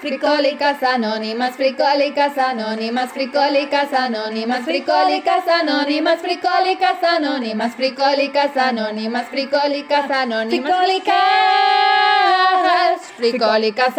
Fricólicas anónimas, fricólicas anónimas, fricólicas anónimas, fricólicas anónimas, fricólicas anónimas, fricólicas anónimas, fricólicas anónimas, fricólicas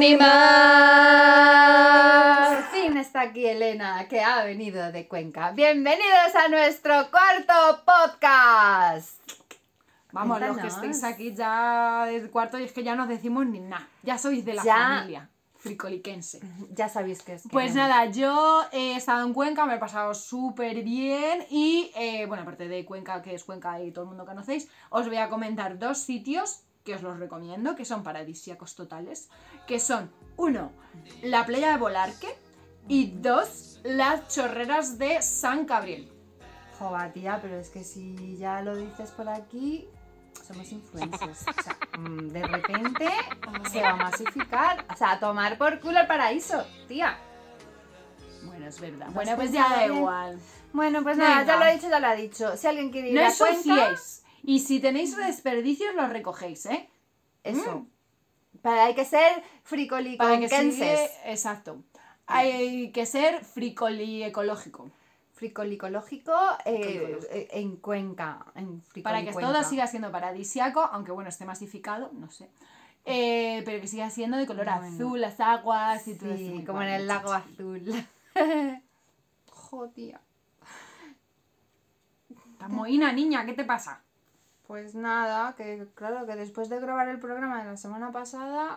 anónimas. Por fin está aquí Elena, que ha venido de Cuenca. Bienvenidos a nuestro cuarto podcast. Vamos, Cuéntanos. los que estéis aquí ya del cuarto, y es que ya no os decimos ni nada. Ya sois de la Ya. familia fricoliquense. Ya sabéis que es. Pues nada, yo he estado en Cuenca, me he pasado súper bien y, bueno, aparte de Cuenca, que es Cuenca y todo el mundo conocéis, os voy a comentar dos sitios que os los recomiendo, que son paradisíacos totales, que son, uno, la playa de Bolarque y dos, las chorreras de San Gabriel. Joder, tía, pero es que si ya lo dices por aquí, somos influencers. O sea, de repente se va a masificar. O sea, a tomar por culo el paraíso, tía. Bueno, es verdad. ¿Has Bueno, pues ya pensado da bien? igual. Bueno, pues nada, Venga. ya lo he dicho, ya lo ha dicho. Si alguien quiere ir No a Cuenca, ensuciéis. Y si tenéis desperdicios, los recogéis, ¿eh? eso. Hay que ser Para que fricoliconquenses. sigue... Exacto. Hay que ser fricoli ecológico. Fricolicológico Ecológico. en Cuenca. Para que Fricolicuenca. todo siga siendo paradisiaco, aunque bueno, esté masificado, no sé. Pero que siga siendo de color Bueno. azul, las aguas y todo eso. Sí, muy como en guay, el lago muchacha. azul. Joder. Estás mohina, niña, ¿qué te pasa? Pues nada, que claro, que después de grabar el programa de la semana pasada,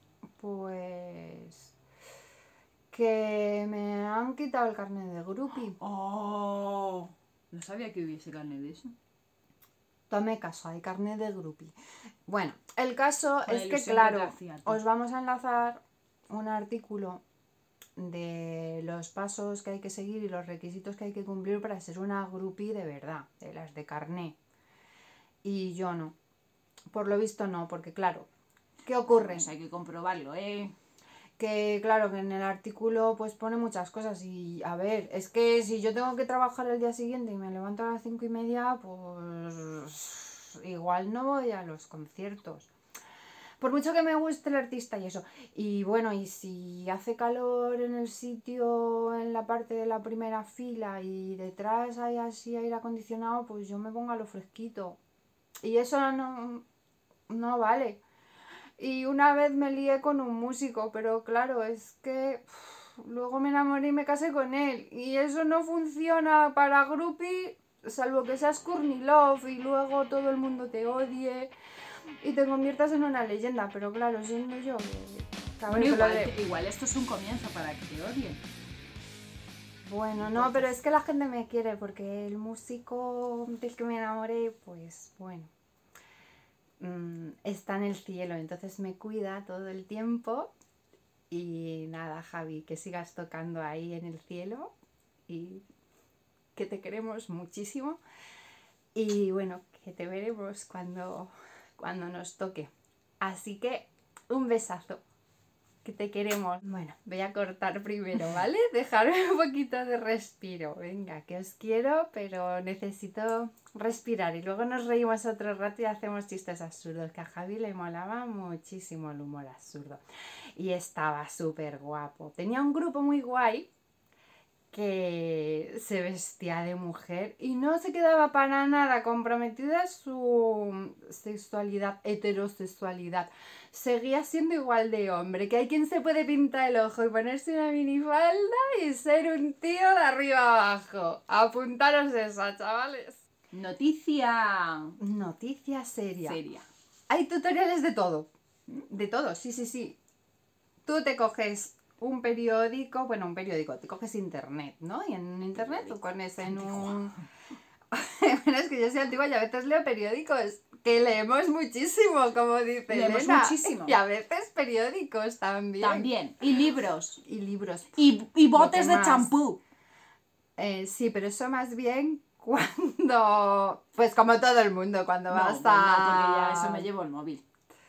pues que me han quitado el carnet de groupie. Oh, no sabía que hubiese carne de eso. Tome caso, hay carnet de groupie. Bueno, el caso Con la es que, ilusión claro, que te hacía, tío. os vamos a enlazar un artículo de los pasos que hay que seguir y los requisitos que hay que cumplir para ser una groupie de verdad, de las de carné. Y yo no. Por lo visto no, porque claro, ¿qué ocurre? Pues hay que comprobarlo, ¿eh? Que claro, que en el artículo pues pone muchas cosas y a ver, es que si yo tengo que trabajar el día siguiente y me levanto a las 5:30, pues igual no voy a los conciertos. Por mucho que me guste el artista y eso. Y bueno, y si hace calor en el sitio, en la parte de la primera fila y detrás hay así aire acondicionado, pues yo me pongo a lo fresquito. Y eso no vale. Y una vez me lié con un músico, pero claro, es que luego me enamoré y me casé con él. Y eso no funciona para groupie, salvo que seas Courtney Love y luego todo el mundo te odie y te conviertas en una leyenda. Pero claro, siendo yo... Bueno, igual esto es un comienzo para que te odien. Bueno, no, pero es que la gente me quiere porque el músico del que me enamoré, pues bueno, está en el cielo, entonces me cuida todo el tiempo. Y nada, Javi, que sigas tocando ahí en el cielo y que te queremos muchísimo. Y bueno, que te veremos cuando nos toque. Así que un besazo. Que te queremos. Bueno, voy a cortar primero, ¿vale? Dejarme un poquito de respiro. Venga, que os quiero, pero necesito respirar. Y luego nos reímos otro rato y hacemos chistes absurdos. Que a Javi le molaba muchísimo el humor absurdo. Y estaba súper guapo. Tenía un grupo muy guay que se vestía de mujer y no se quedaba para nada comprometida su sexualidad, heterosexualidad. Seguía siendo igual de hombre, que hay quien se puede pintar el ojo y ponerse una minifalda y ser un tío de arriba abajo. Apuntaros esa, chavales. Noticia Noticia seria. seria. Hay tutoriales de todo. De todo, sí. Tú te coges un periódico, te coges internet, ¿no? Y en internet tú pones en un... Bueno, es que yo soy antigua y a veces leo periódicos, que leemos muchísimo, como dice Leemos Elena. muchísimo. Y a veces periódicos también. También. Y libros. Y libros. Y botes Lo de que más. champú. Sí, pero eso más bien cuando... Pues como todo el mundo, cuando vas No, porque ya a... eso me llevo el móvil.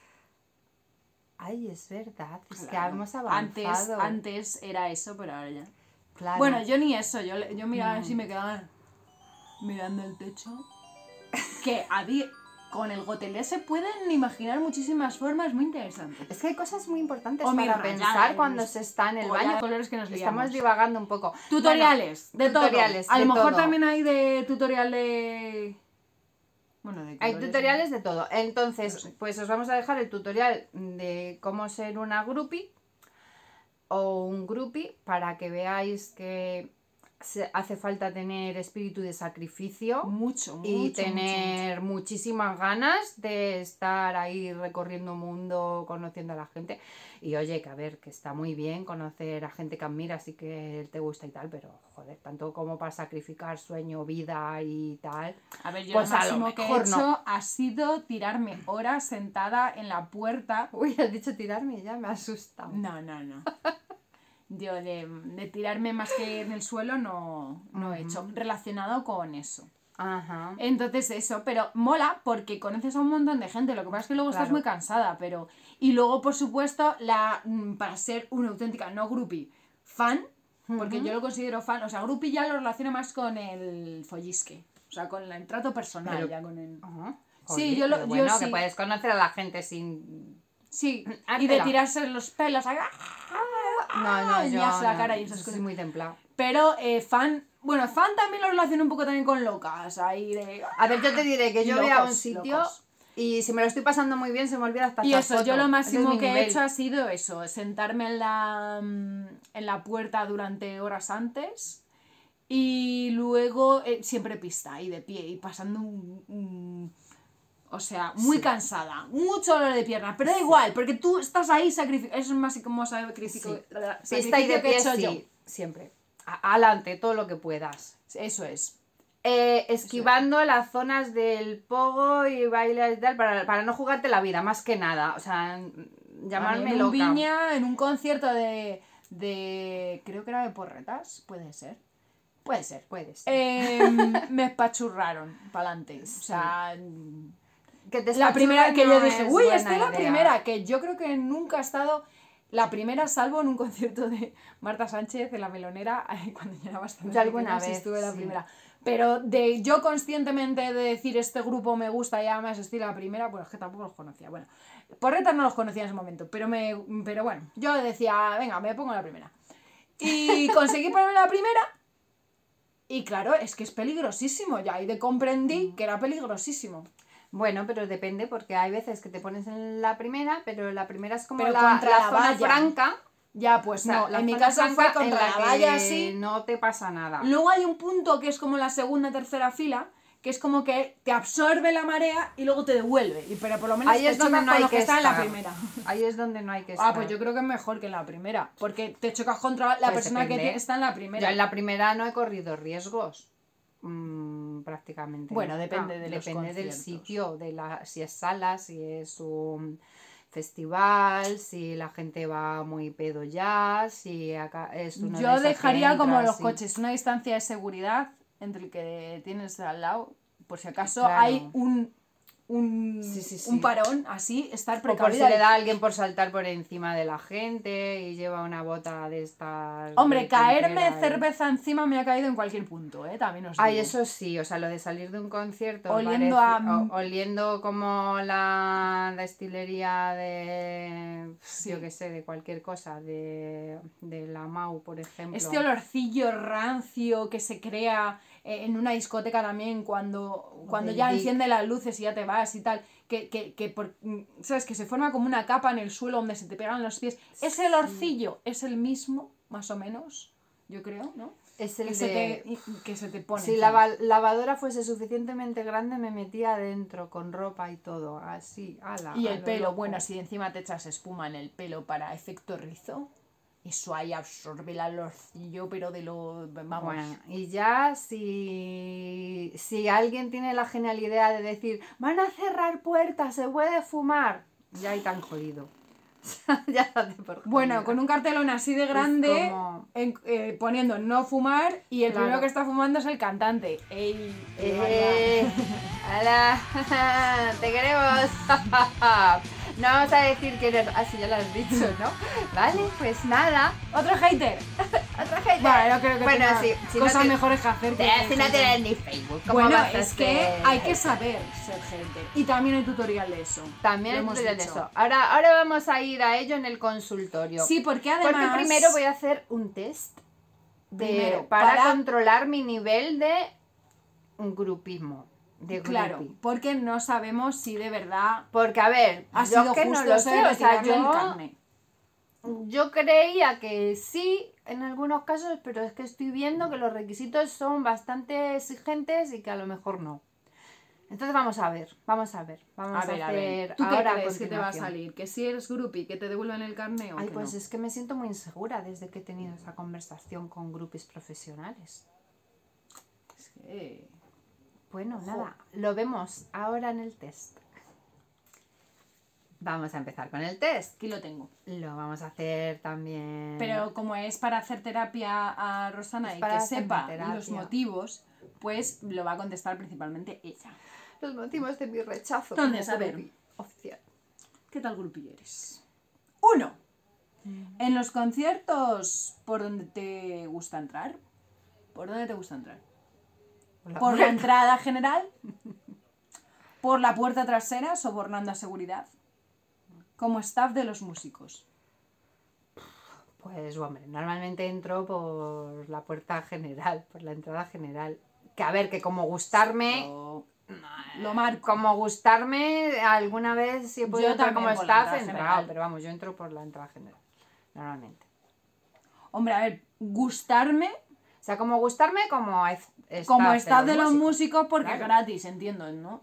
Ay, es verdad, es que Claro. hemos avanzado. Antes era eso, pero ahora ya. Claro. Bueno, yo ni eso, yo miraba así y me quedaba mirando el techo. Que con el gotelé se pueden imaginar muchísimas formas muy interesantes. Es que hay cosas muy importantes O para mis pensar rayadas, cuando mis se está en el colores, baño. colores que nos Estamos liamos. divagando un poco. Tutoriales, Bueno, de todo. tutoriales, A lo de mejor todo. también hay de tutorial de... Bueno, de Hay colores, tutoriales de todo. Entonces, No sé. pues os vamos a dejar el tutorial de cómo ser una groupie o un groupie para que veáis que hace falta tener espíritu de sacrificio Mucho, y mucho, tener muchísimas ganas de estar ahí recorriendo un mundo, conociendo a la gente. Y oye, que a ver, que está muy bien conocer a gente que admiras y que te gusta y tal, pero joder, tanto como para sacrificar sueño, vida y tal. A ver, yo Pues lo a lo máximo que he mejor hecho no. ha sido tirarme horas sentada en la puerta. Uy, has dicho tirarme y ya me ha asustado. No. Yo de tirarme más que en el suelo no he hecho. Relacionado con eso. Ajá. Entonces eso, pero mola porque conoces a un montón de gente. Lo que pasa es que luego estás Claro. muy cansada, pero... Y luego, por supuesto, para ser una auténtica, no groupie, fan, porque yo lo considero fan. O sea, groupie ya lo relaciono más con el follisque. O sea, con el trato personal, Pero- ya con el... Ajá. Sí, Joder, pero bueno, sí. que puedes conocer a la gente sin... Sí, y de Hártela. tirarse los pelos, No, yo ñas la no, cara y esas soy cosas. muy templado. Pero fan, bueno, fan también lo relaciono un poco también con locas, ahí de... A ver, yo te diré que Y yo voy a un locos, sitio locos. y si me lo estoy pasando muy bien se me olvida hasta Y echar eso, foto. yo lo Ese máximo es mi que he nivel. hecho ha sido eso, sentarme en la puerta durante horas antes y luego siempre pista y de pie y pasando o sea, muy Sí. cansada, mucho dolor de pierna, pero da igual, porque tú estás ahí sacrificando, eso es más como sacrificio, Sí. sacrificio Pista y de que he pie hecho sí, yo. siempre. Adelante, todo lo que puedas. Eso es. Esquivando las zonas del pogo y bailes y tal para no jugarte la vida, más que nada. O sea, llamarme en un loca. Viña, en un concierto de creo que era de Porretas, puede ser. Puede ser. Puedes. Me espachurraron para adelante. O sea, Que te la primera que yo no dije, es uy, buena esta es la idea". primera, que yo creo que nunca ha estado la primera, salvo en un concierto de Marta Sánchez en la Melonera, cuando yo era bastante Yo alguna pequeña, sí vez, estuve la sí. primera. Pero de yo conscientemente de decir este grupo me gusta y además estoy la primera, pues es que tampoco los conocía. Bueno, Porretas no los conocía en ese momento, pero bueno, yo decía, venga, me pongo la primera. Y conseguí ponerme la primera. Y claro, es que es peligrosísimo. Ya ahí de comprendí que era peligrosísimo. Bueno, pero depende, porque hay veces que te pones en la primera, pero la primera es como Pero la contra la zona valla. franca. Ya, pues O sea, no, la en mi zona caso franca fue en contra la que valla así. no te pasa nada. Luego hay un punto que es como la segunda, tercera fila, que es como que te absorbe la marea y luego te devuelve. Pero por lo menos Ahí te es donde chocas no con hay lo que que está en la estar. primera. Ahí es donde no hay que estar. Ah, pues yo creo que es mejor que en la primera, porque te chocas contra la Pues persona depende. que está en la primera. Yo en la primera no he corrido riesgos. Prácticamente. Bueno, nunca. depende de los Depende del conciertos. sitio, si es sala, si es un festival, si la gente va muy pedo ya, si acá es uno de Yo esos que dejaría como entras los y- coches, una distancia de seguridad entre el que tienes al lado, por si acaso Claro. hay un Sí. un parón así, estar O por si precavida. le da a alguien por saltar por encima de la gente y lleva una bota de estas... Hombre, de caerme tintera y- cerveza encima me ha caído en cualquier punto, también os digo. Ay, eso sí, o sea, lo de salir de un concierto Oliendo oliendo como la destilería de, Sí. yo qué sé, de cualquier cosa, de la Mau, por ejemplo. Este olorcillo rancio que se crea en una discoteca también cuando del ya Vic. enciende las luces y ya te vas y tal, ¿sabes? Que se forma como una capa en el suelo donde se te pegan los pies. Ese olorcillo es el mismo, más o menos, yo creo, ¿no? Es el Que de... se te pone. Si encima. la lavadora fuese suficientemente grande, me metía adentro con ropa y todo, así, ala. Y a el lo pelo, loco. bueno, si encima te echas espuma en el pelo para efecto rizo, eso ahí absorbe el olorcillo, pero de lo... Vamos. Bueno, y ya si alguien tiene la genial idea de decir, van a cerrar puertas, se puede fumar, ya hay tan jodido. Ya date por jodida. Bueno, con un cartelón así de grande, como- poniendo no fumar, y el Claro. primero que está fumando es el cantante. ¡Ey! ¡Hala! ¡Te queremos! No vamos a decir que... Ah, sí, ya lo has dicho, ¿no? Vale, pues nada. ¡Otro hater! Otra gente. Bueno, yo creo que Bueno, tenga sí, si cosas no te- mejores que hacer que... Si no tienes ni Facebook, ¿cómo Bueno, vas a es que ser? hay que saber ser hater. Y también hay tutorial de eso. También Lo hay hemos tutorial de dicho. eso. Ahora vamos a ir a ello en el consultorio. Sí, porque además... Porque primero voy a hacer un test Primero, para para- controlar mi nivel de grupismo. De Claro, groupie. porque no sabemos si de verdad Porque, a ver, ha yo sido que no justo lo eso sé, de o sea, retirarle el carné. yo creía que sí en algunos casos, pero es que estoy viendo que los requisitos son bastante exigentes y que a lo mejor no. Entonces vamos a ver. Vamos a hacer ¿Tú qué ahora a crees que te va a continuación. salir? ¿Que si eres groupie, que te devuelven el carné o Ay, que pues no? es que me siento muy insegura desde que he tenido esa conversación con groupies profesionales. Es que... Bueno, nada, lo vemos ahora en el test. Vamos a empezar con el test. Aquí lo tengo. Lo vamos a hacer también. Pero como es para hacer terapia a Rosana Es y para que hacerme sepa terapia. los motivos, pues lo va a contestar principalmente ella. Los motivos de mi rechazo. Entonces, como a ver. groupie oficial. ¿Qué tal groupie eres? 1. En los conciertos, ¿por dónde te gusta entrar? ¿Por dónde te gusta entrar? ¿Por la entrada general? ¿Por la puerta trasera, sobornando a seguridad? Como staff de los músicos. Pues, hombre, normalmente entro por la puerta general, por la entrada general. Que a ver, que como gustarme, Lo marco. como gustarme, alguna vez si he podido Yo entrar también como por la staff, entrada he entrado, general. pero vamos, yo entro por la entrada general, normalmente. Hombre, a ver, gustarme O sea, como gustarme, como como staff de los músicos porque claro. es gratis, entiendo, ¿no?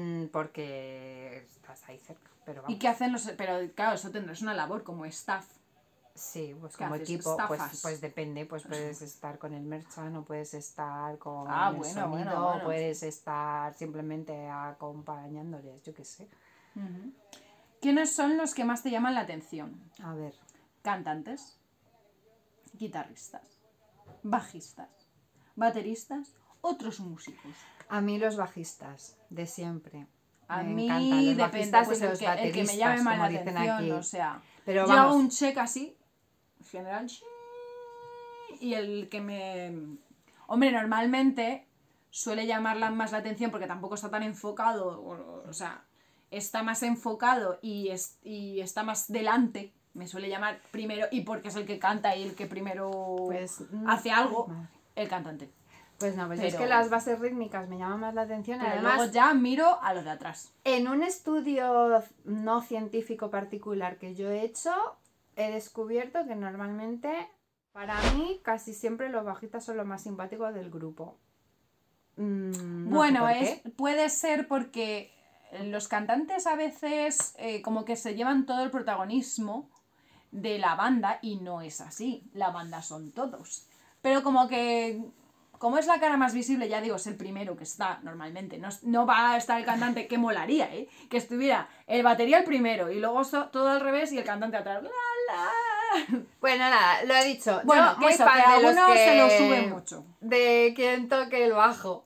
Porque estás ahí cerca, pero vamos. ¿Y qué hacen los...? Pero claro, eso tendrás una labor como staff. Sí, pues ¿Qué como haces? equipo, ¿Estafas? pues depende, pues puedes estar con el merchan o puedes estar con Ah, el bueno, sonido, bueno, bueno. o puedes estar simplemente acompañándoles, yo qué sé. ¿Quiénes son los que más te llaman la atención? A ver, Cantantes, guitarristas, bajistas, bateristas, otros músicos. a mí los bajistas, de siempre. A Me mí encantan los depende, bajistas pues y los el que me bateristas, llame más la como dicen atención, aquí. o sea, Pero yo vamos. hago un check así, general, y el que me... Hombre, normalmente suele llamarla más la atención porque tampoco está tan enfocado, o sea, está más enfocado y está más delante, me suele llamar primero, y porque es el que canta y el que primero Pues, hace algo, ay, madre. el cantante. Pues no, pues Pero- es que las bases rítmicas me llaman más la atención. Pero Además, luego ya miro a los de atrás. en un estudio no científico particular que yo he hecho, he descubierto que normalmente, para mí, casi siempre los bajistas son los más simpáticos del grupo. No sé Bueno, por qué. puede ser porque los cantantes a veces como que se llevan todo el protagonismo de la banda y no es así. La banda son todos. Pero como es la cara más visible, ya digo, es el primero que está normalmente. No va a estar el cantante, que molaría, ¿eh? Que estuviera el batería el primero y luego todo al revés y el cantante atrás. La, la. Bueno, nada, lo he dicho. Bueno, yo muy eso, fan que de los algunos que... se lo suben mucho. De quien toque el bajo.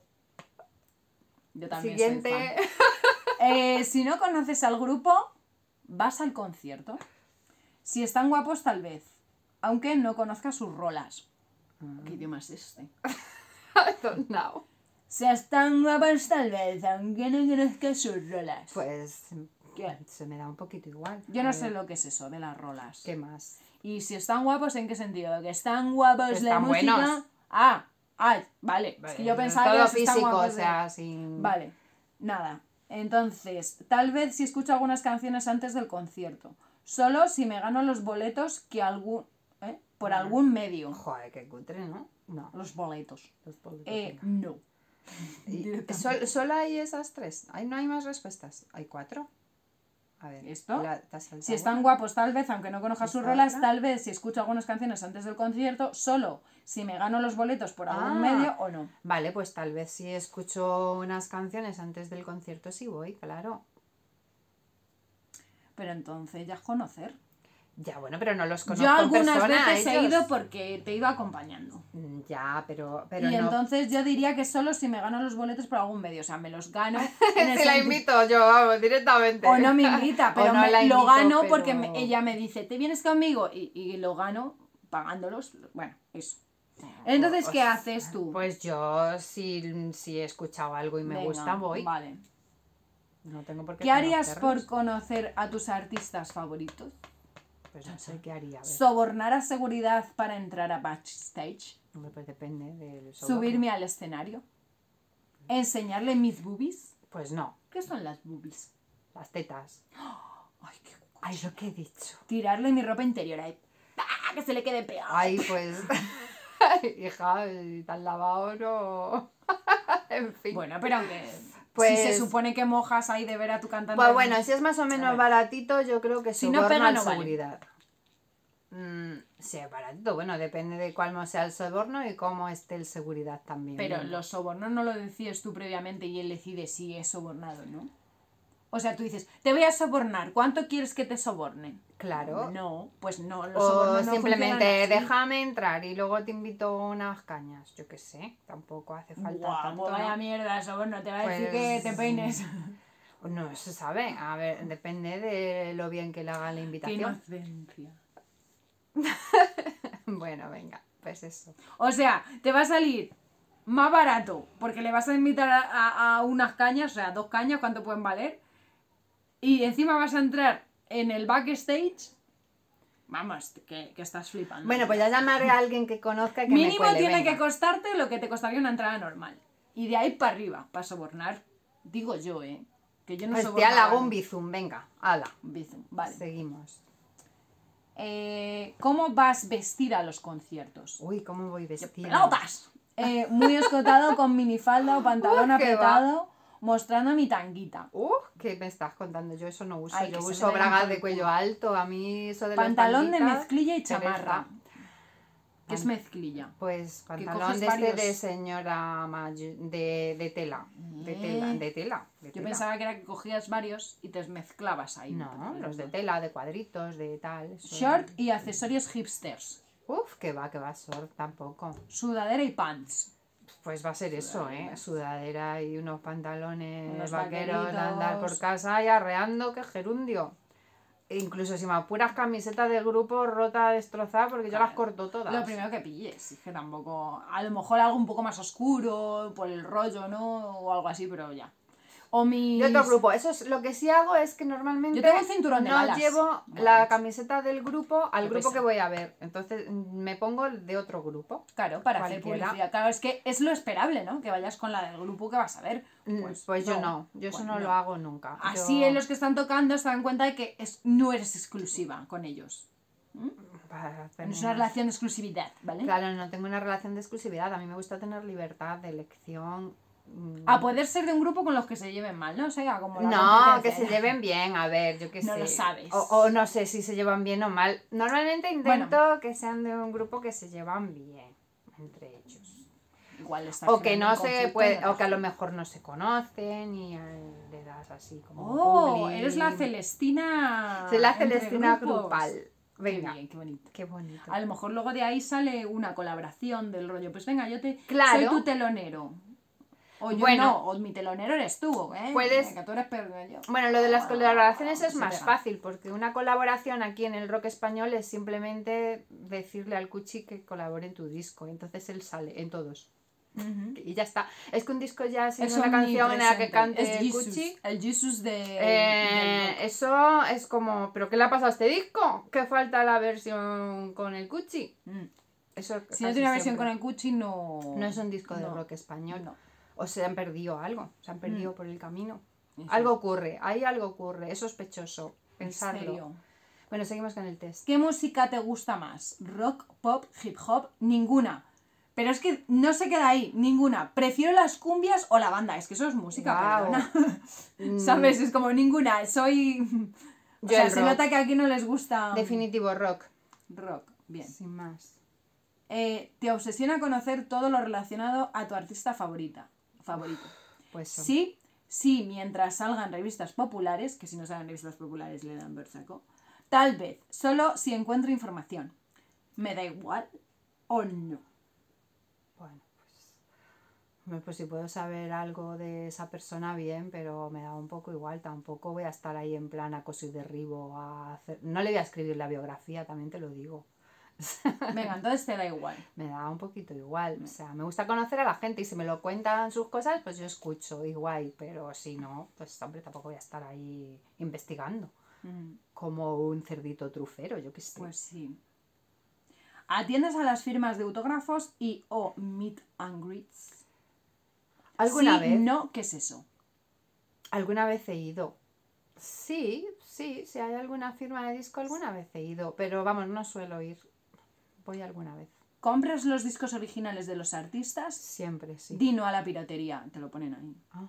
Yo también Siguiente. soy fan. Si no conoces al grupo, vas al concierto. Si están guapos, tal vez. Aunque no conozcas sus rolas. ¿Qué idioma es este? I don't know. Si están guapos, tal vez. Aunque no conozcas sus rolas. Pues ¿Qué? se me da un poquito igual. Yo A no ver, sé lo que es eso de las rolas. ¿Qué más? Y si están guapos, ¿en qué sentido? ¿Que están guapos Que de están música? buenos. Vale. Es que yo pensaba todo que si están físico, guapos o sea, sin... Vale, nada. Entonces, tal vez si escucho algunas canciones antes del concierto. Solo si me gano los boletos por algún medio. Joder, qué cutre, ¿no? No. Los boletos. Los boletos, venga. No. ¿Solo hay esas tres? ¿No hay más respuestas? ¿Hay cuatro? A ver. ¿Esto? ¿te has saltado Si están una? guapos, tal vez, aunque no conozca sus ¿Esta rolas, otra? tal vez si escucho algunas canciones antes del concierto, solo si me gano los boletos por algún Ah. medio o no. Vale, pues tal vez si escucho unas canciones antes del concierto sí voy, claro. Pero entonces ya es conocer. Ya, bueno, pero no los conozco Yo en algunas persona, veces he ellos. ido porque te iba acompañando. Ya, pero Y no. entonces yo diría que solo si me gano los boletos por algún medio. O sea, me los gano. en el Si la senti- invito yo, vamos, directamente. O no me invita, O pero no la lo invito, gano pero- porque ella me dice, ¿te vienes conmigo? Y lo gano pagándolos. Bueno, eso. Entonces, ¿qué haces tú? Pues yo, si he escuchado algo y me Venga, gusta, voy. Vale. No tengo por qué ¿Qué harías por conocerlos. conocer a tus artistas favoritos? Pues no sé qué haría. A ver. ¿Sobornar a seguridad para entrar a backstage? Hombre, pues depende del soborno. ¿Subirme al escenario? ¿Enseñarle mis boobies? Pues no, ¿Qué son las boobies? las tetas. Ay, qué... Ay, lo que he dicho. Tirarle mi ropa interior ahí. ¡Ah! Que se le quede pegado. Ay, pues... Hija, si te has lavado, no... En fin. Bueno, pero aunque... Pues- Si se supone que mojas ahí de ver a tu cantante... Pues bueno, si es más o menos A ver. baratito, yo creo que Si no soborno pega, al no vale. seguridad. Sí, es baratito. Bueno, depende de cuál sea el soborno y cómo esté el seguridad también. Pero ¿no? los sobornos no lo decides tú previamente y él decide si es sobornado, ¿no? O sea, tú dices, te voy a sobornar, ¿cuánto quieres que te sobornen? Claro. No, pues no, los O sobornos no simplemente funcionan así. déjame entrar y luego te invito unas cañas. Yo qué sé, tampoco hace falta Buah, tanto. pues vaya ¿no? mierda, soborno, te va a decir Pues- que te peines. No se sabe. A ver, depende de lo bien que le haga la Qué invitación. inocencia. Bueno, venga, pues eso. O sea, te va a salir más barato porque le vas a invitar a unas cañas, o sea, 2 cañas, ¿cuánto pueden valer? Y encima vas a entrar en el backstage. Vamos, que estás flipando. Bueno, pues ya llamaré a alguien que conozca y que me Mínimo cuele, tiene venga. que costarte lo que te costaría una entrada normal. Y de ahí para arriba, para sobornar. Digo yo, que yo no Pues soborno tía, le a hago un nadie. bizum, venga, hala. Bizum, vale. Seguimos. ¿Cómo vas vestida a los conciertos? Uy, ¿cómo voy vestida? ¡Pelotas! Muy escotado con minifalda o pantalón qué apretado, mostrando mi tanguita. ¿Qué me estás contando? Yo eso no uso. Ay, Yo que se uso me den bragas por de el cuello culo. alto. A mí eso de las Pantalón de tanguitas, mezclilla y pereza. chamarra. ¿Qué es mezclilla? Pues Que pantalón coges de este de varios- señora de tela. De tela, de tela. De Yo tela. pensaba que era que cogías varios y te mezclabas ahí. No, los de tela, de cuadritos, de tal. eso. Short y accesorios hipsters. Que va, short tampoco. Sudadera y pants. Pues va a ser eso, sudadera y unos pantalones Unos vaqueros de vaqueritos. andar por casa y arreando, que gerundio. E incluso si me apuras camisetas de grupo rota, destrozada, porque yo las corto todas. Lo primero que pilles, es que tampoco. A lo mejor algo un poco más oscuro, por el rollo, ¿no? O algo así, pero ya. O mis. De otro grupo, eso es lo que sí hago es que normalmente Yo tengo un cinturón de no balas. llevo Bueno, la camiseta del grupo al Qué grupo pesa. que voy a ver. Entonces me pongo el de otro grupo. Claro, para hacer Cualquiera. publicidad. Claro, es que es lo esperable, ¿no? Que vayas con la del grupo que vas a ver. Pues yo no, yo eso Pues no lo hago nunca. Así Yo- en los que están tocando se dan cuenta de que no eres exclusiva con ellos. Para hacer No es una unas- relación de exclusividad, ¿vale? Claro, no tengo una relación de exclusividad. A mí me gusta tener libertad de elección. A poder ser de un grupo con los que se lleven mal, ¿no? O sea, como la No, que competencia, se ¿no? lleven bien, a ver, yo qué No sé. lo sabes. O no sé si se llevan bien o mal. Normalmente intento que sean de un grupo que se llevan bien entre ellos. Igual está O que creando no un se conflicto puede, y no o que a te lo jodas. mejor no se conocen y le das así como Oh, publi. eres la Celestina. Soy la entre Celestina grupos. grupal. Venga, Qué bien, qué bonito. qué bonito. A lo mejor luego de ahí sale una colaboración del rollo. Pues venga, yo te Claro. soy tu telonero. O yo Bueno. no, o mi telonero eres tú, ¿eh? Puedes- Que tú eres peor que yo. Bueno, lo de las colaboraciones es Se más pega. fácil, porque una colaboración aquí en el rock español es simplemente decirle al Cuchi que colabore en tu disco. Entonces él sale en todos. Ujú. Y ya está. Es que un disco ya sin Es una canción en la que omnipresente. cante Es Jesus, Cuchi. el Jesus de... del rock. Eso es como, ¿pero qué le ha pasado a este disco? Que falta la versión con el Cuchi. Mm. Eso Si no casi tiene una versión con siempre. el Cuchi, no... No es un disco de No. rock español. No. O se han perdido algo, se han perdido por el camino. Eso Algo ocurre, ahí algo ocurre, es sospechoso. Pensarlo. Misterio. Bueno, seguimos con el test. ¿Qué música te gusta más? ¿Rock, pop, hip hop? Ninguna. Pero es que no se queda ahí, ninguna. Prefiero las cumbias o la banda. Es que eso es música, Guau. perdona. ¿Sabes? Es como ninguna. Soy... O Yo sea, el se rock. nota que aquí no les gusta... Definitivo rock. Rock. Bien. Sin más. Te obsesiona conocer todo lo relacionado a tu artista favorito. Pues eso. Sí, mientras salgan revistas populares, que si no salen revistas populares le dan bersaco. Tal vez, solo si encuentro información. Me da igual o no. Bueno, pues si puedo saber algo de esa persona, bien, pero me da un poco igual. Tampoco voy a estar ahí en plan acoso y derribo. No le voy a escribir la biografía, también te lo digo. Venga, entonces te da igual. Me da un poquito igual. O sea, me gusta conocer a la gente y si me lo cuentan sus cosas, pues yo escucho igual. Pero si no, pues hombre, tampoco voy a estar ahí investigando. Como un cerdito trufero, yo qué sé. Pues sí. ¿Atiendes a las firmas de autógrafos y o meet and greets? ¿Alguna Sí, vez? no, ¿qué es eso? ¿Alguna vez he ido? Sí, si hay alguna firma de disco, alguna vez he ido. Pero vamos, no suelo ir. Voy alguna vez. ¿Compras los discos originales de los artistas? Siempre, sí. Di no a la piratería, te lo ponen ahí. Ah.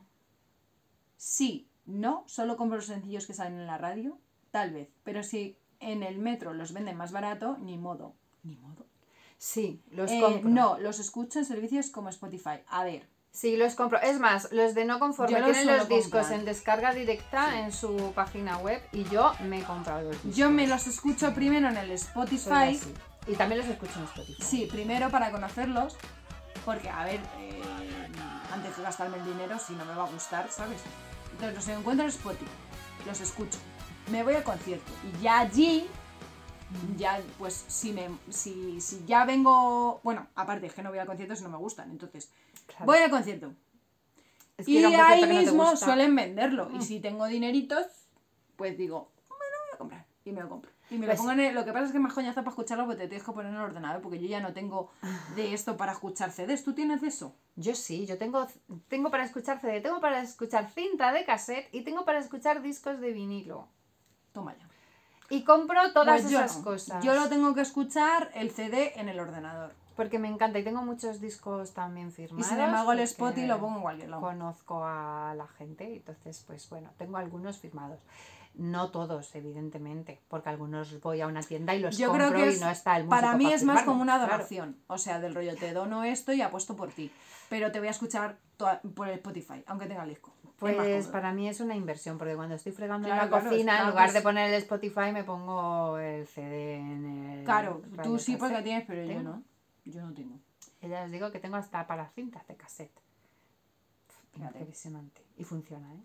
Sí, no, solo compro los sencillos que salen en la radio, tal vez. Pero si en el metro los venden más barato, ni modo. ¿Ni modo? Sí, los compro. No, los escucho en servicios como Spotify. A ver, Sí, los compro. Es más, los de No Conforme Yo los tienen los suelo discos comprar. en descarga directa en su página web y yo me he comprado los discos. yo me los escucho primero en el Soy Spotify. así. Y también los escucho en Spotify. Sí, primero para conocerlos, porque, a ver, antes de gastarme el dinero, si no me va a gustar, ¿sabes? Entonces los encuentro en Spotify, los escucho, me voy al concierto y ya allí, ya, pues, si ya vengo, bueno, aparte es que no voy al concierto si no me gustan, entonces, Claro. voy al concierto. Es que Y ir a un concierto ahí que no te mismo gusta. suelen venderlo, y si tengo dineritos, pues digo, bueno, voy a comprar, y me lo compro. Y me lo Pues- pongo en el... Lo que pasa es que es más coñazo para escucharlo porque te tienes que poner en el ordenador, porque yo ya no tengo de esto para escuchar CDs. ¿Tú tienes de eso? Yo sí, yo tengo para escuchar CD, tengo para escuchar cinta de cassette y tengo para escuchar discos de vinilo. Toma ya. Y compro todas Pues yo esas no. cosas. Yo lo tengo que escuchar el CD en el ordenador. Porque me encanta y tengo muchos discos también firmados. Y sin embargo el porque Spotify lo pongo en cualquier lado. Conozco a la gente, entonces pues bueno, tengo algunos firmados. No todos, evidentemente, porque algunos voy a una tienda y los Yo compro creo que y no está el músico para mí es más firmarlo, como una claro. donación. O sea, del rollo, te dono esto y apuesto por ti. Pero te voy a escuchar por el Spotify, aunque tenga el disco. Es más Pues cómodo. para mí es una inversión, porque cuando estoy fregando Claro, en la claro, cocina, está, en lugar pues- de poner el Spotify, me pongo el CD en el Claro, tú radio sí porque cassette. tienes, pero yo Tengo. no. Yo no tengo. Y ya os digo que tengo hasta para cintas de cassette. Fíjate. Impresionante. Y funciona, ¿eh?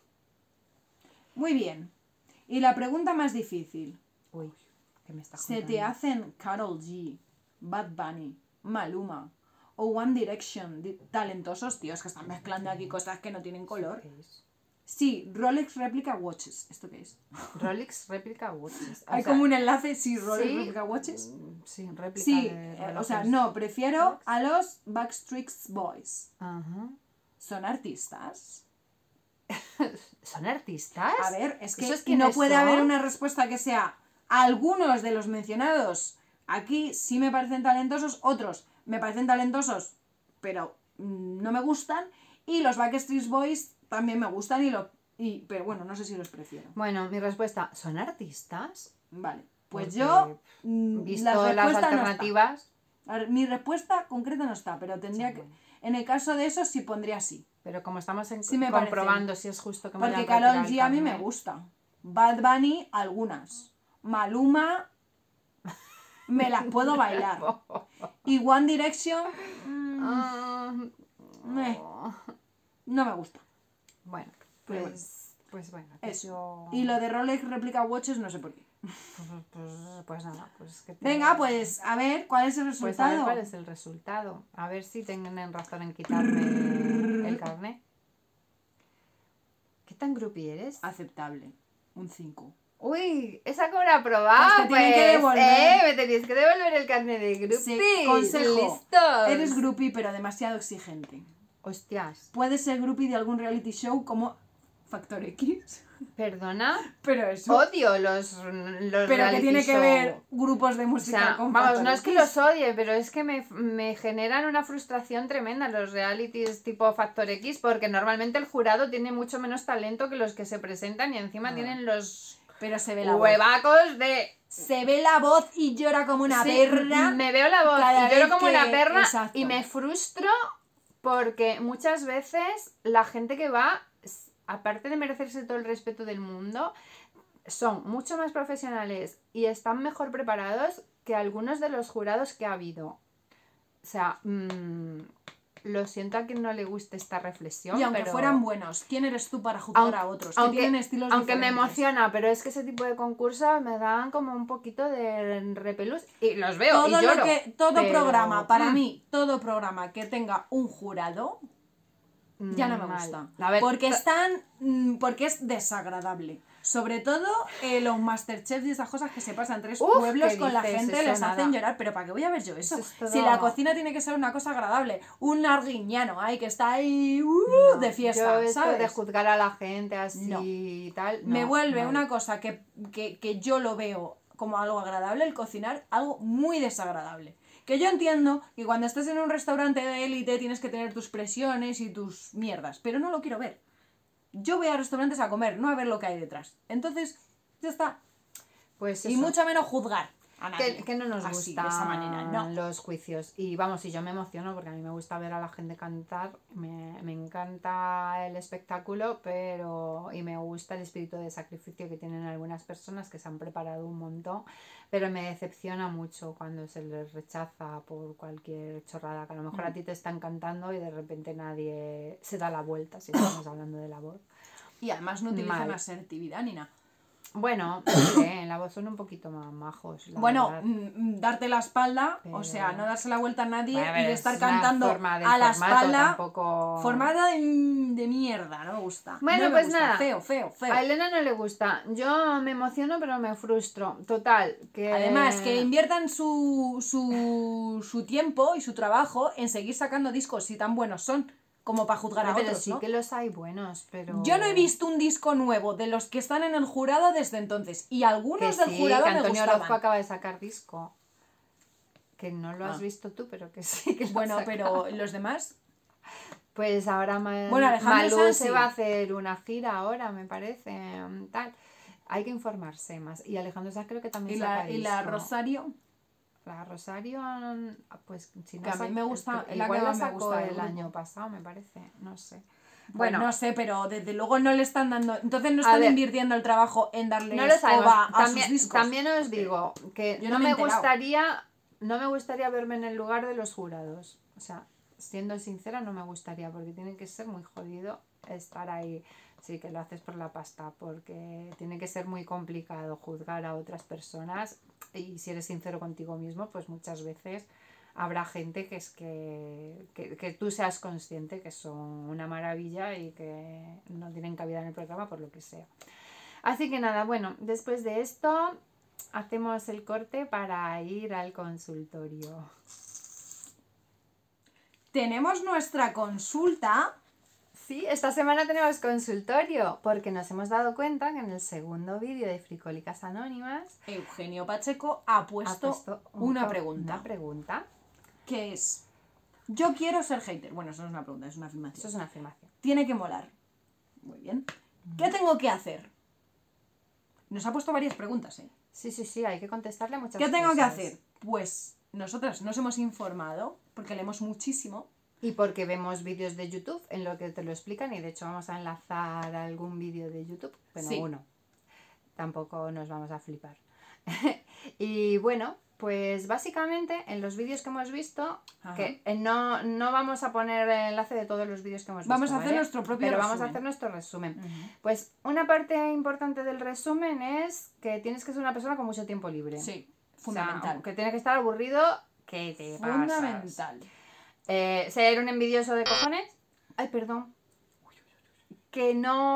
Muy bien. Y la pregunta más difícil. Uy, que me está ¿Se juntando. te hacen Karol G, Bad Bunny, Maluma o One Direction talentosos? Tío, es que están mezclando aquí cosas que no tienen color. ¿Qué es? Sí, Rolex Replica Watches. ¿Esto qué es? Rolex Replica Watches. Hay como un enlace, sí, Rolex sí, Replica Watches. Sí, réplica Sí, de o sea, relojes. no, prefiero a los Backstreet Boys. Ajá. ¿Son artistas? ¿Son artistas? A ver, es que ¿Esos no quiénes puede son? haber una respuesta que sea algunos de los mencionados aquí sí me parecen talentosos, otros me parecen talentosos, pero no me gustan, y los Backstreet Boys también me gustan, pero bueno, no sé si los prefiero. Bueno, mi respuesta, ¿son artistas? Vale, pues Porque, yo, Visto la las respuesta no está. alternativas, A ver, mi respuesta concreta no está, pero tendría Sí, que... bueno. En el caso de eso sí pondría sí. pero como estamos Sí me parece. comprobando si es justo que me Porque hayan Karol retirado el G a mí me carnet. gusta. Bad Bunny, algunas. Maluma, me las puedo bailar. Y One Direction, Ah, eh, no me gusta. bueno, Pero pues bueno, que Eso. yo... Y lo de Rolex Replica Watches, no sé por qué. Pues nada, pues que te- Venga, pues a ver, ¿cuál es el Pues a resultado? ver cuál es el resultado. A ver si tienen razón en quitarme el carnet. ¿Qué tan groupie eres? Aceptable. Un 5. Uy, esa como una aprobada. Pues te tienen que devolver. Me tenéis que devolver el carnet de groupie. Sí, consejo. ¡Listos! Eres groupie, pero demasiado exigente. Hostias. Puedes ser groupie de algún reality show como Factor X. Perdona. Pero eso. Odio los Pero que reality tiene que show. ver grupos de O música sea, con vamos, Factor no es que X. los odie, pero es que me generan una frustración tremenda los realities tipo Factor X, porque normalmente el jurado tiene mucho menos talento que los que se presentan y encima Ah. tienen los Pero se ve la voz. huevacos de... Se ve la voz y llora como una Sí, perra. me veo la voz cada y lloro vez como que- una perra exacto. y me frustro porque muchas veces la gente que va, aparte de merecerse todo el respeto del mundo, son mucho más profesionales y están mejor preparados que algunos de los jurados que ha habido. O sea, lo siento a quien no le guste esta reflexión, Y aunque pero... fueran buenos, ¿quién eres tú para juzgar a otros? Que tienen estilos aunque me diferentes. emociona, pero es que ese tipo de concursos me dan como un poquito de repelús y los veo Todo y lo lloro. que, todo pero, programa, para mí, todo programa que tenga un jurado, ya no me mal. gusta. A ver, Porque es desagradable. Sobre todo los Masterchefs y esas cosas que se pasan tres Uf, pueblos ¿qué con la dices? gente, Eso les hacen nada. llorar. Pero ¿para qué voy a ver yo eso? Eso es todo- Si la cocina tiene que ser una cosa agradable. Un arguiñano ahí que está ahí No, de fiesta, yo esto ¿sabes? de juzgar a la gente así No. y tal. Me no, vuelve mal. una cosa que yo lo veo como algo agradable, el cocinar, algo muy desagradable. Que yo entiendo que cuando estás en un restaurante de élite tienes que tener tus presiones y tus mierdas, pero no lo quiero ver. Yo voy a restaurantes a comer, no a ver lo que hay detrás. Entonces, ya está. Pues Y eso. mucho menos juzgar a nadie. Que no nos así, gustan de esa manera, no. los juicios. Y vamos, y yo me emociono porque a mí me gusta ver a la gente cantar, me encanta el espectáculo, pero y me gusta el espíritu de sacrificio que tienen algunas personas que se han preparado un montón, pero me decepciona mucho cuando se les rechaza por cualquier chorrada, que a lo mejor a ti te están cantando y de repente nadie se da la vuelta, si estamos hablando de la voz. Y además no utilizan Mal. asertividad ni nada. Bueno, no sé, en la voz son un poquito más majos. La Bueno, verdad. darte la espalda, Pero- o sea, no darse la vuelta a nadie Bueno, a ver, y de es estar una cantando forma de a la formato, espalda. tampoco- Formada de mierda, no me gusta. Bueno, no me pues gusta. nada. Feo, feo, feo. A Elena no le gusta. Yo me emociono, pero me frustro. Total, que... Además, que inviertan su tiempo y su trabajo en seguir sacando discos si tan buenos son, como para juzgar a Pero otros, sí ¿no? que los hay buenos, pero... Yo no he visto un disco nuevo de los que están en el jurado desde entonces. Y algunos Que del sí, jurado que me Antonio gustaban. Orozco acaba de sacar disco. Que no lo has Ah. visto tú, pero que sí que lo ha Bueno, sacado. pero los demás... Pues ahora Bueno, Alejandro Malú Sanz se sí. va a hacer una gira ahora, me parece, tal. Hay que informarse más. Y Alejandro Sanz creo que también saca Y la disco. Rosario... La Rosario, pues si no Que a mí saca- me gusta, que es la igual que la más me sacó gusta del el grupo. año pasado, me parece, no sé. Bueno, no sé, pero desde luego no le están dando... Entonces no A están ver, invirtiendo el trabajo en darle no lo sabemos. escoba a También, sus discos. también os digo que Yo no no me he me enterado. gustaría verme en el lugar de los jurados. O sea, siendo sincera, no me gustaría, porque tiene que ser muy jodido estar ahí. Sí, que lo haces por la pasta, porque tiene que ser muy complicado juzgar a otras personas. Y si eres sincero contigo mismo, pues muchas veces habrá gente que es que tú seas consciente que son una maravilla y que no tienen cabida en el programa por lo que sea. Así que nada, bueno, después de esto hacemos el corte para ir al consultorio. Tenemos nuestra consulta. Sí, esta semana tenemos consultorio porque nos hemos dado cuenta que en el segundo vídeo de Fricólicas Anónimas Eugenio Pacheco ha puesto una pregunta. Una pregunta. Que es... Yo quiero ser hater. Bueno, eso no es una pregunta, es una afirmación. Eso es una afirmación. Tiene que molar. Muy bien. ¿Qué tengo que hacer? Nos ha puesto varias preguntas, ¿eh? Sí, hay que contestarle muchas ¿Qué cosas. tengo que hacer? Pues nosotras nos hemos informado, porque leemos muchísimo. Y porque vemos vídeos de YouTube en lo que te lo explican y de hecho vamos a enlazar algún vídeo de YouTube, bueno, Sí. uno. Tampoco nos vamos a flipar. Y bueno, pues básicamente en los vídeos que hemos visto, Ajá. que no vamos a poner el enlace de todos los vídeos que hemos Vamos visto. a hacer ¿vale? nuestro propio Pero vamos a resumen. hacer nuestro resumen. Ujú. Pues una parte importante del resumen es que tienes que ser una persona con mucho tiempo libre. Sí, O sea, fundamental. que tienes que estar aburrido, que te pasas. Fundamental. Ser un envidioso de cojones. Ay, perdón. Que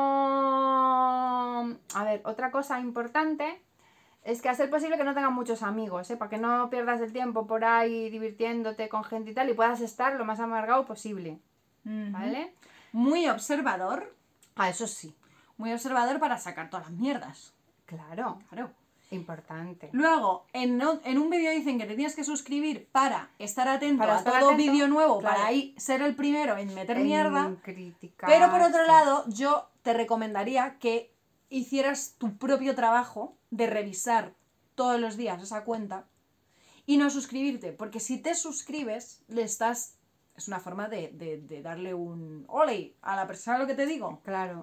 no... A ver, otra cosa importante es que a ser posible que no tengas muchos amigos, para que no pierdas el tiempo por ahí divirtiéndote con gente y tal y puedas estar lo más amargado posible, Ujú. ¿vale? Muy observador. Ah, eso sí, Muy observador para sacar todas las mierdas. claro, Claro. importante. Luego, en un vídeo dicen que te tienes que suscribir para estar atento Para a estar todo atento, vídeo nuevo, claro. para ahí ser el primero en meter En mierda. criticar, Pero por otro sí. lado, yo te recomendaría que hicieras tu propio trabajo de revisar todos los días esa cuenta y no suscribirte, porque si te suscribes, es una forma de darle un ole a la persona, ¿sabes lo que te digo? Claro.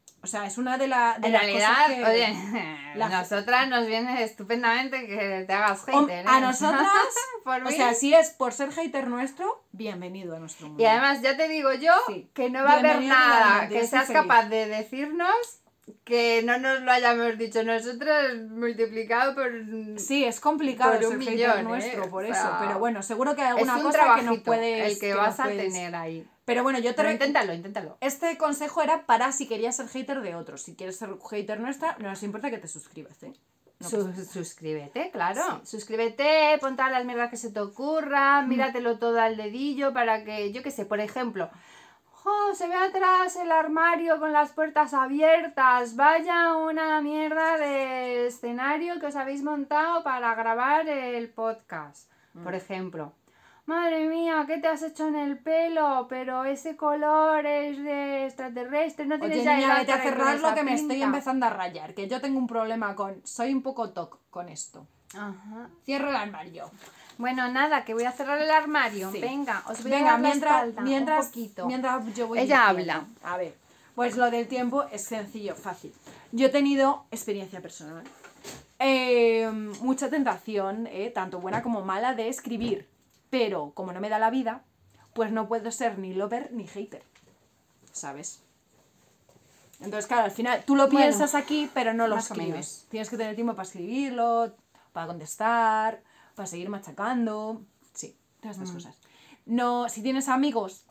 O sea, es una de, las En cosas realidad, que... oye, la- nosotras nos viene estupendamente que te hagas hater, ¿eh? A nosotras, Por o mí. sea, si es por ser hater nuestro, bienvenido a nuestro mundo. Y además ya te digo yo Sí. que no va a haber Bienvenido nada totalmente, que yo estoy seas feliz. capaz de decirnos que no nos lo hayamos dicho nosotros multiplicado por... Sí, es complicado por un ser millón, hater nuestro, por o eso. sea, Pero bueno, seguro que hay es alguna un cosa que no trabajito puedes... el que no vas a puedes- tener ahí. Pero bueno, yo te Pero recomiendo... inténtalo. Este consejo era para si querías ser hater de otros. Si quieres ser hater nuestra, no nos importa que te suscribas, ¿eh? No pasa nada. Suscríbete, claro. Suscríbete, pon todas las mierdas que se te ocurra, míratelo todo al dedillo para que, yo qué sé, por ejemplo, se ve atrás el armario con las puertas abiertas, vaya una mierda de escenario que os habéis montado para grabar el podcast, por ejemplo. Madre mía, ¿qué te has hecho en el pelo? Pero ese color es de extraterrestre, no tienes Oye, ya niña, edad vete a para ir con cerrarlo esa que me estoy pinta. empezando a rayar. Que yo tengo un problema con... Soy un poco toc con esto. Ajá. Cierra el armario. Bueno, nada, que voy a cerrar el armario. Sí. Venga, os voy a Venga, dar la espalda mientras un poquito. yo voy Ella diciendo. habla. A ver, pues lo del tiempo es sencillo, fácil. Yo he tenido experiencia personal. Mucha tentación, tanto buena como mala, de escribir. Pero como no me da la vida, pues no puedo ser ni lover ni hater. ¿Sabes? Entonces, claro, al final tú lo Bueno, piensas aquí, pero no lo más o escribes. menos. Tienes que tener tiempo para escribirlo, para contestar, para seguir machacando. Sí, todas estas cosas. No, si tienes amigos,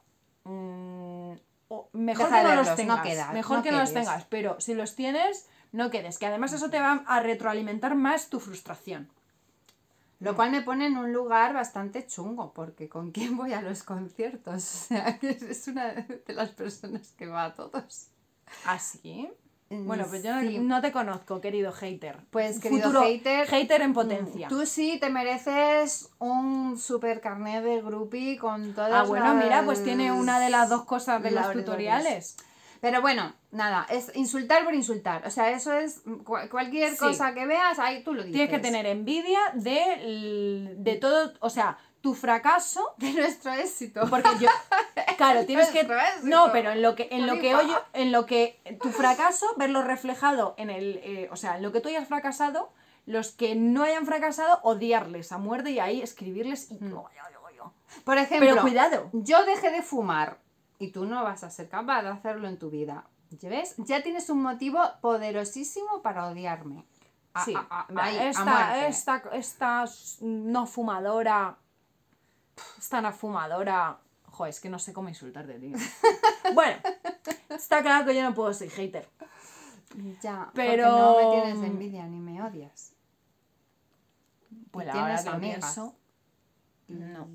mejor Deja que de no los verlos, tengas. no queda, mejor no que no los quedes. tengas, pero si los tienes, no quedes. Que además eso te va a retroalimentar más tu frustración. Lo cual me pone en un lugar bastante chungo, porque ¿con quién voy a los conciertos? O sea, que es una de las personas que va a todos. ¿Ah, sí? Bueno, pues yo Sí. no te conozco, querido hater. Pues, querido Futuro hater, hater en potencia. Tú sí te mereces un super carnet de groupie con todas bueno, las... mira, pues tiene una de las dos cosas de los laureles. tutoriales. Pero bueno, nada, es insultar por insultar. O sea, eso es cualquier Sí. cosa que veas, ahí tú lo dices. Tienes que tener envidia de todo, o sea, tu fracaso, de nuestro éxito. porque yo, claro, tienes que, Nuestro éxito. no, pero en lo que Oliva. tu fracaso, verlo reflejado en o sea, en lo que tú hayas fracasado, los que no hayan fracasado, odiarles a muerte y ahí escribirles y Por ejemplo, Pero cuidado. yo dejé de fumar y tú no vas a ser capaz de hacerlo en tu vida. ¿Ves? Ya tienes un motivo poderosísimo para odiarme. Sí, Ahí, a muerte. esta no fumadora, joder, es que no sé cómo insultarte, tío. Bueno, está claro que yo no puedo ser hater. Ya, pero- porque no me tienes envidia ni me odias. Pues Y ahora tienes que lo amigas. pienso, no.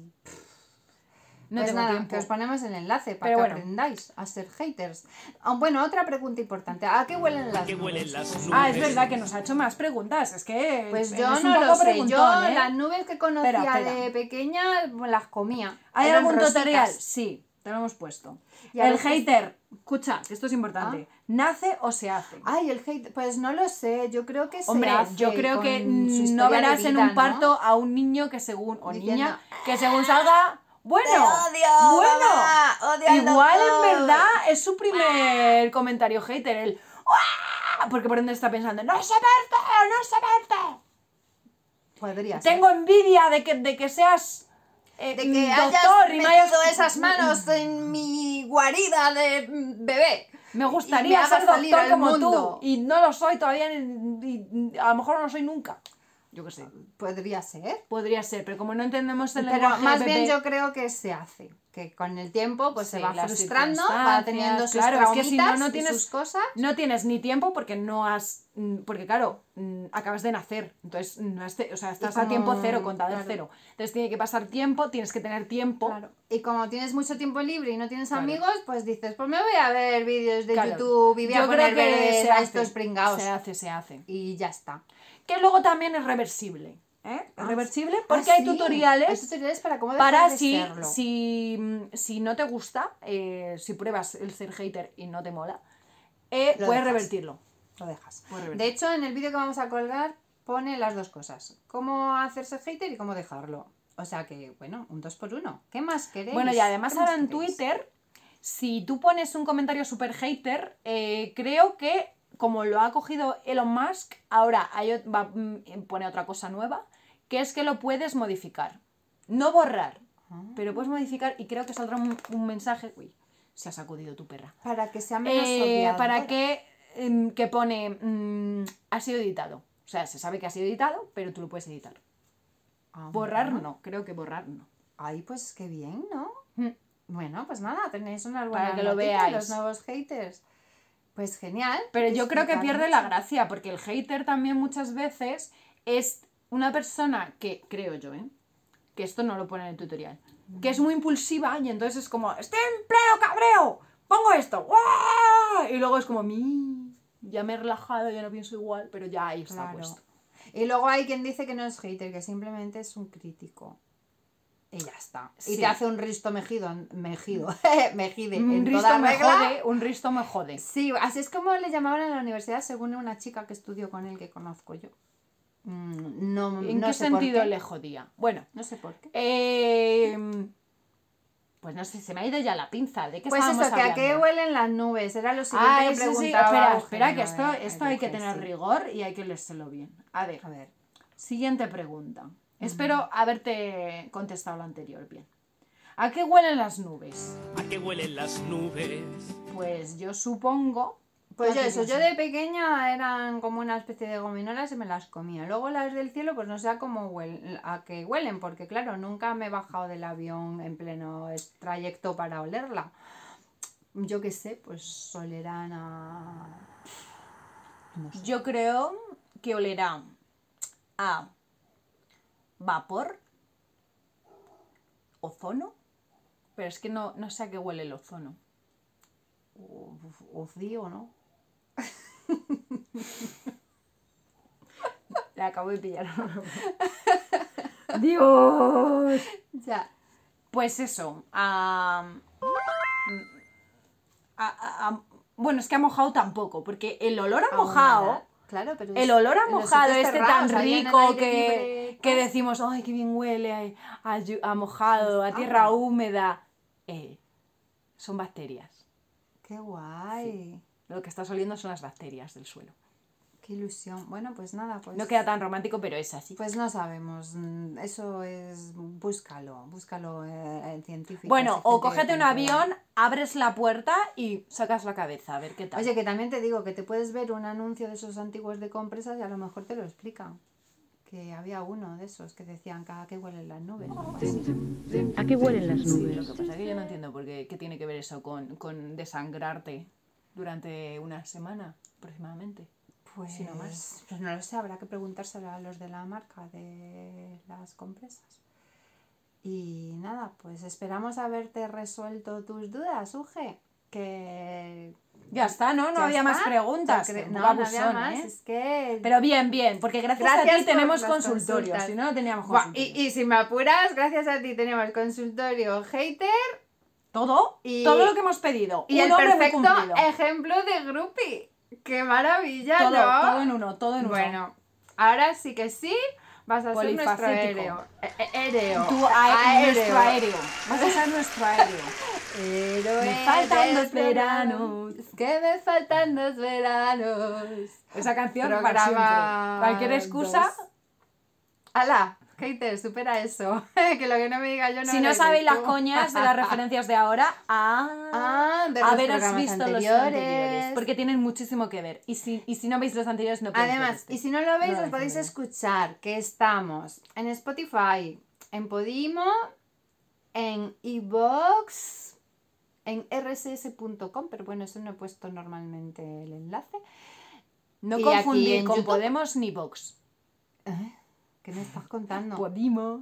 No Pues tengo nada, tiempo. que os ponemos el enlace para Pero que bueno. aprendáis a ser haters. Bueno, otra pregunta importante. ¿A qué huelen las ¿Qué nubes? huelen las nubes? Ah, es verdad que nos ha hecho más preguntas. Es que Pues es yo un no poco lo sé. preguntón, Yo ¿eh? las nubes que conocía Espera. de pequeña las comía. ¿Hay Eran algún rositas. tutorial? Sí, te lo hemos puesto. Y a El veces- hater, escucha, que esto es importante. ¿Nace o se hace? Ay, el hate, pues no lo sé. Yo creo que Hombre, se hace yo creo con que su no historia de verás en vida, un ¿no? parto a un niño que según, o Diciendo, niña, que según salga, bueno, ¡Te odio, bueno, mamá! ¡Odio al igual doctor! en verdad es su primer comentario hater, el ¡Uah! Porque por dentro está pensando, ¡no se verte! ¡No se verte! Podría ser. Tengo envidia de que seas De que hayas doctor y me hayas... metido esas manos en mi guarida de bebé. Me y gustaría me hagas ser salir doctor al como mundo. tú y no lo soy todavía y a lo mejor no lo soy nunca. Yo qué sé. Podría ser. Podría ser, pero como no entendemos el Pero lenguaje más bebé, bien yo creo que se hace. Que con el tiempo pues se Sí, va las frustrando, va circunstancias, teniendo sus claro, es que si no, traumitas no y tienes- sus cosas. no tienes ni tiempo porque no has... Porque claro, acabas de nacer, entonces no has o sea, estás a como- tiempo cero, contador claro. cero. Entonces tiene que pasar tiempo, tienes que tener tiempo. Claro. Y como tienes mucho tiempo libre y no tienes Claro. amigos, pues dices, pues me voy a ver vídeos de Claro. YouTube y voy a Yo poner creo que verdes se a hace, estos pringaos. se hace. Y ya está. Que luego también es reversible. ¿Eh? Es reversible porque Ah, hay sí. tutoriales Hay tutoriales para cómo dejar para de si, serlo. si no te gusta, si pruebas el ser hater y no te mola, Lo puedes dejas. revertirlo. Lo dejas. Puedes revertirlo. De hecho, en el vídeo que vamos a colgar pone las dos cosas. Cómo hacerse hater y cómo dejarlo. O sea que, bueno, un 2x1. ¿Qué más queréis? Bueno, y además ¿Qué más ahora en queréis? Twitter, si tú pones un comentario super hater, creo que como lo ha cogido Elon Musk, ahora pone otra cosa nueva, que es que lo puedes modificar. No borrar, pero puedes modificar y creo que saldrá un mensaje... Uy, se ha sacudido tu perra. Para que sea menos odiado. Para que pone... ha sido editado. O sea, se sabe que ha sido editado, pero tú lo puedes editar. Borrar no, creo que borrar no. Ay, pues qué bien, ¿no? Mm. Bueno, pues nada, tenéis unas Para buenas que lo noticias, veáis. los nuevos haters. Pues genial. Pero yo creo que Explicar pierde la mucho. gracia, porque el hater también muchas veces es una persona que, creo yo, que esto no lo pone en el tutorial, que es muy impulsiva y entonces es como, estoy en pleno cabreo, pongo esto, ¡guau! Y luego es como, ya me he relajado, ya no pienso igual, pero ya ahí está Claro. puesto. Y luego hay quien dice que no es hater, que simplemente es un crítico. Y ya está. Y Sí. te hace un risto mejide Un en risto toda me regla. jode, un risto me jode. Sí, así es como le llamaban en la universidad, según una chica que estudió con él, que conozco yo. No, ¿En no qué sé por sentido qué. le jodía? Bueno, No sé por qué. pues no sé, se me ha ido ya la pinza. ¿De qué Pues estábamos eso, que a hablando? qué huelen las nubes. Era lo siguiente que Sí, sí. preguntaba. Espera, que Eugenio, esto hay que yo qué tener sé. rigor y hay que leérselo bien. A ver, A ver. siguiente pregunta. Espero haberte contestado la anterior bien. ¿A qué huelen las nubes? ¿A qué huelen las nubes? Pues yo supongo... Pues ¿A yo qué eso, yo huelen? de pequeña eran como una especie de gominolas y me las comía. Luego las del cielo, pues no sé a cómo huelen, a qué huelen, porque claro, nunca me he bajado del avión en pleno trayecto para olerla. Yo qué sé, pues olerán a... No sé. Yo creo que olerá a vapor, ozono, pero es que no sé a qué huele el ozono. O frío, ¿no? Le acabo de pillar. ¡Dios! Ya. Pues eso, bueno, es que a mojado tampoco, porque el olor a mojado, Claro, pero el olor a en los mojado sitios este cerrados, tan ahí en el rico aire que libre, decimos, ¡ay, qué bien huele a mojado, a Pues, tierra húmeda! Son bacterias. Qué guay. Lo que estás oliendo son las bacterias del suelo. Qué ilusión. Bueno, pues nada, pues... No queda tan romántico, pero es así. Pues no sabemos. Eso es... Búscalo en científico. Bueno, o cógete un avión, abres la puerta y sacas la cabeza, a ver qué tal. Oye, que también te digo que te puedes ver un anuncio de esos antiguos de compresas y a lo mejor te lo explican. Que había uno de esos que decían que a qué huelen las nubes. ¿A qué huelen las Lo nubes? que pasa es que yo no entiendo por qué tiene que ver eso con desangrarte durante una semana aproximadamente. Pues, Sí, no más. pues no lo sé, habrá que preguntárselo a los de la marca de las compresas. Y nada, pues esperamos haberte resuelto tus dudas, Uge. Que... Ya está, ¿no? No ¿Ya había está? más preguntas. No, Poco no había abusón, más. ¿eh? Es que... Pero bien, porque gracias Gracias a ti por tenemos las consultorio. consultas. Si no, no teníamos Buah, consultorio. y si me apuras, gracias a ti tenemos consultorio hater Todo lo que hemos pedido. y un el hombre muy perfecto cumplido. ejemplo de groupie. ¡Qué maravilla! Todo, ¿no? todo en uno, todo en uno. Bueno, ahora sí que sí, vas a ser nuestro Polifacético. aéreo. Aéreo. Tú, nuestro aéreo. Vas a ser nuestro aéreo. Héroe Me faltan de dos veranos. Es que me faltan 2 veranos. Esa canción para Programa siempre. Cualquier excusa. 2. ¡Hala! Hater, supera eso. Que lo que no me diga yo no Si lo no sabéis dices las tú. coñas de las referencias de ahora, ver los haberos programas visto los anteriores. Porque tienen muchísimo que ver. Y si no veis los anteriores, no podéis ver Además, este. y si no lo veis, No lo os podéis veis, escuchar que estamos en Spotify, en Podimo, en iVoox, en rss.com, pero bueno, eso no he puesto normalmente el enlace. No y confundir aquí en con YouTube. Podemos ni Vox. ¿Qué me estás contando? Podimo.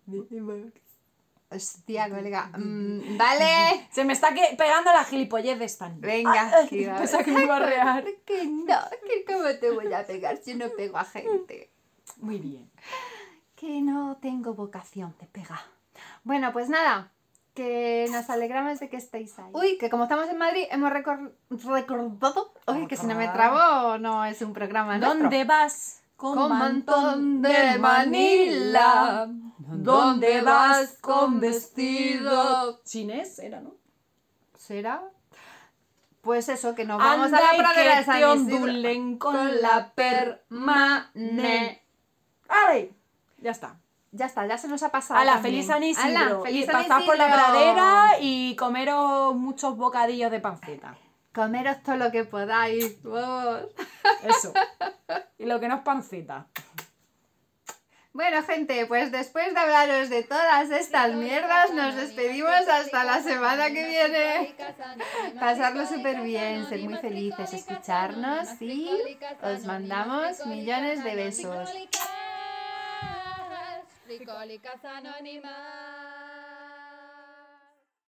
Hostia, colega. Vale. Se me está pegando la gilipollez de esta niña. Venga, Ay, que va. pensaba que me iba a rear. Que no, que cómo te voy a pegar si no pego a gente. Muy bien. Que no tengo vocación de pegar. Bueno, pues nada, que nos alegramos de que estéis ahí. Uy, que como estamos en Madrid, hemos recordado. Uy, que si no me trabo, no es un programa nuestro. ¿Dónde vas? Con mantón de Manila. ¿Dónde vas con vestido? Chinés era, ¿no? ¿Será? Pues eso, que nos vamos a Anda la y pradera de que San te Isidro ondulen con la permane. ¡Ale! Ya está. Ya está, ya se nos ha pasado. A la también. feliz San Isidro. ¡Hala, feliz Y San pasad por la Isidro! pradera y comeros muchos bocadillos de panceta. Comeros todo lo que podáis. Vamos. Eso. Y lo que no es panceta. Bueno, gente, pues después de hablaros de todas estas mierdas, nos despedimos hasta la semana que viene. Pasarlo súper bien, ser muy felices, escucharnos y os mandamos millones de besos. Bricólicas anónimas.